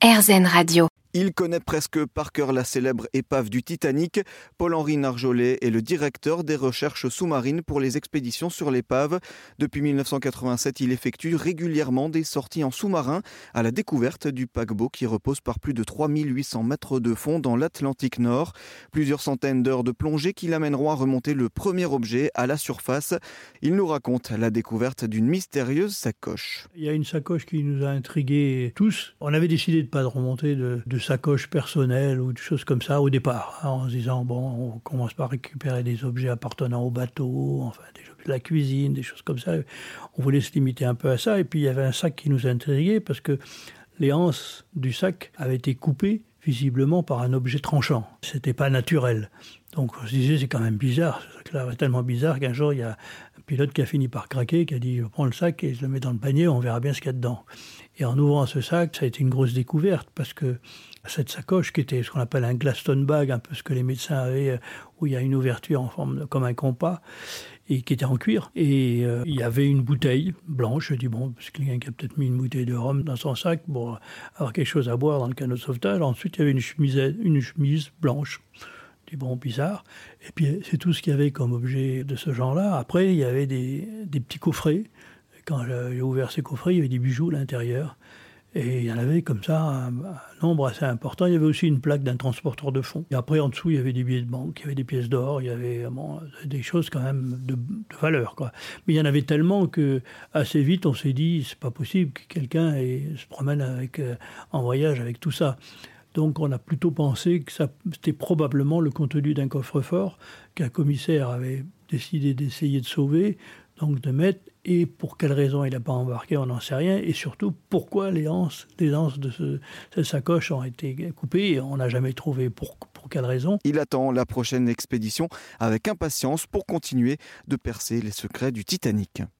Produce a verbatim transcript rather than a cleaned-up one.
RZN Radio. Il connaît presque par cœur la célèbre épave du Titanic. Paul-Henri Narjolet est le directeur des recherches sous-marines pour les expéditions sur l'épave. Depuis mille neuf cent quatre-vingt-sept, il effectue régulièrement des sorties en sous-marin à la découverte du paquebot qui repose par plus de trois mille huit cents mètres de fond dans l'Atlantique Nord. Plusieurs centaines d'heures de plongée qui l'amèneront à remonter le premier objet à la surface. Il nous raconte la découverte d'une mystérieuse sacoche. Il y a une sacoche qui nous a intrigués tous. On avait décidé de ne pas remonter de, de sacoche personnelle ou des choses comme ça au départ, hein, en se disant bon, on commence par récupérer des objets appartenant au bateau, enfin des objets de la cuisine, des choses comme ça. On voulait se limiter un peu à ça. Et puis il y avait un sac qui nous intriguait parce que les anses du sac avaient été coupées visiblement par un objet tranchant. C'était pas naturel. Donc on se disait c'est quand même bizarre. C'est tellement bizarre qu'un jour il y a un pilote qui a fini par craquer, qui a dit je prends le sac et je le mets dans le panier, on verra bien ce qu'il y a dedans. Et en ouvrant ce sac, ça a été une grosse découverte parce que cette sacoche qui était ce qu'on appelle un Glaston bag, un peu ce que les médecins avaient, où il y a une ouverture en forme de, comme un compas, et qui était en cuir. Et euh, il y avait une bouteille blanche. Je dis bon, c'est quelqu'un qui a peut-être mis une bouteille de rhum dans son sac pour avoir quelque chose à boire dans le canot de sauvetage. Ensuite, il y avait une chemise, une chemise blanche. Je dis bon, bizarre. Et puis c'est tout ce qu'il y avait comme objet de ce genre-là. Après, il y avait des, des petits coffrets. Quand j'ai ouvert ces coffrets, il y avait des bijoux à l'intérieur. Et il y en avait comme ça un, un nombre assez important. Il y avait aussi une plaque d'un transporteur de fonds. Et après, en dessous, il y avait des billets de banque, il y avait des pièces d'or, il y avait bon, des choses quand même de, de valeur, quoi. Mais il y en avait tellement que assez vite, on s'est dit, c'est pas possible que quelqu'un ait, se promène avec, euh, en voyage avec tout ça. Donc on a plutôt pensé que ça, c'était probablement le contenu d'un coffre-fort qu'un commissaire avait décidé d'essayer de sauver, donc de mettre, et pour quelle raison il n'a pas embarqué, on n'en sait rien, et surtout pourquoi les anses, les anses de ce, cette sacoche ont été coupées, et on n'a jamais trouvé pour, pour quelle raison. Il attend la prochaine expédition avec impatience pour continuer de percer les secrets du Titanic.